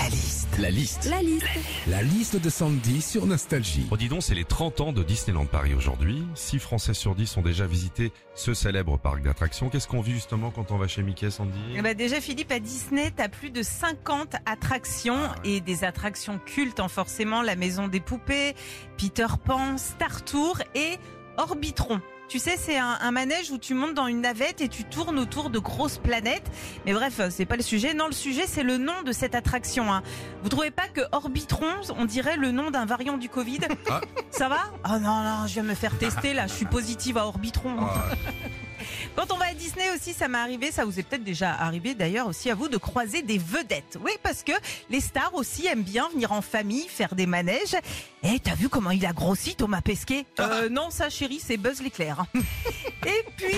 La liste de Sandy sur Nostalgie. Oh, dis donc, c'est les 30 ans de Disneyland Paris aujourd'hui. 6 Français sur 10 ont déjà visité ce célèbre parc d'attractions. Qu'est-ce qu'on vit justement quand on va chez Mickey, Sandy? Déjà Philippe, à Disney, t'as plus de 50 attractions et des attractions cultes, forcément la Maison des Poupées, Peter Pan, Star Tour et Orbitron. Tu sais, c'est un manège où tu montes dans une navette et tu tournes autour de grosses planètes. Mais bref, c'est pas le sujet. Non, le sujet, c'est le nom de cette attraction. Vous trouvez pas que Orbitron, on dirait le nom d'un variant du Covid? Ah. Ça va? Oh non, je viens me faire tester là. Je suis positive à Orbitron. Quand on va à Disney aussi, ça m'est arrivé, ça vous est peut-être déjà arrivé d'ailleurs aussi à vous, de croiser des vedettes. Oui, parce que les stars aussi aiment bien venir en famille, faire des manèges. Et t'as vu comment il a grossi, Thomas Pesquet? Non, ça chérie, c'est Buzz l'éclair. Et puis,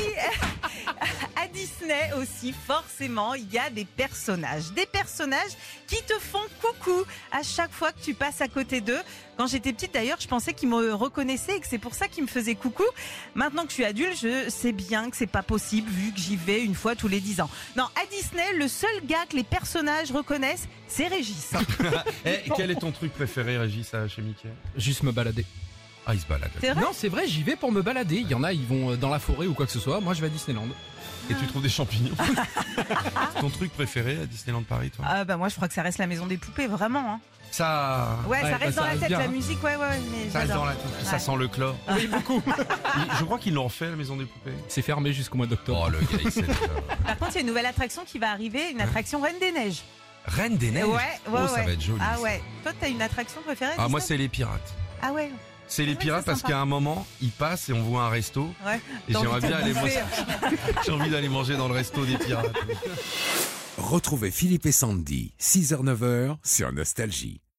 à Disney aussi, forcément, il y a des personnages. Des personnages qui te font coucou à chaque fois que tu passes à côté d'eux. Quand j'étais petite d'ailleurs, je pensais qu'ils me reconnaissaient et que c'est pour ça qu'ils me faisaient coucou. Maintenant que je suis adulte, je sais bien que c'est pas possible vu que j'y vais une fois tous les 10 ans. Non, à Disney, le seul gars que les personnages reconnaissent, c'est Régis. Quel est ton truc préféré, Régis, chez Mickey? Juste me balader. Ah, il se balade. C'est vrai? Non, c'est vrai, j'y vais pour me balader. Il y en a, ils vont dans la forêt ou quoi que ce soit. Moi, je vais à Disneyland. Et tu trouves des champignons? Ton truc préféré à Disneyland Paris, toi? Moi je crois que ça reste la Maison des Poupées, vraiment. Ça... Ouais, ça reste dans la tête, bien, la musique, ouais, mais Ça reste j'adore. dans la tête. Ça sent le chlore. Oui, beaucoup. Je crois qu'ils l'ont refait, la Maison des Poupées. C'est fermé jusqu'au mois d'octobre. Oh, le gars, il sait le chlore. Par contre, il y a une nouvelle attraction qui va arriver, une attraction Reine des Neiges. Reine des Neiges? Ouais, Ça va être joli. Ah ça. ouais. Toi, t'as une attraction préférée? Ah, moi, Disney? c'est les pirates. Ah ouais. C'est les vrai, pirates c'est parce sympa. qu'à un moment, ils passent et on voit un resto. Ouais. Et T'as j'aimerais envie de bien aller bouffer. manger. J'ai envie d'aller manger dans le resto des pirates. Retrouvez Philippe et Sandy, 6h-9h sur Nostalgie.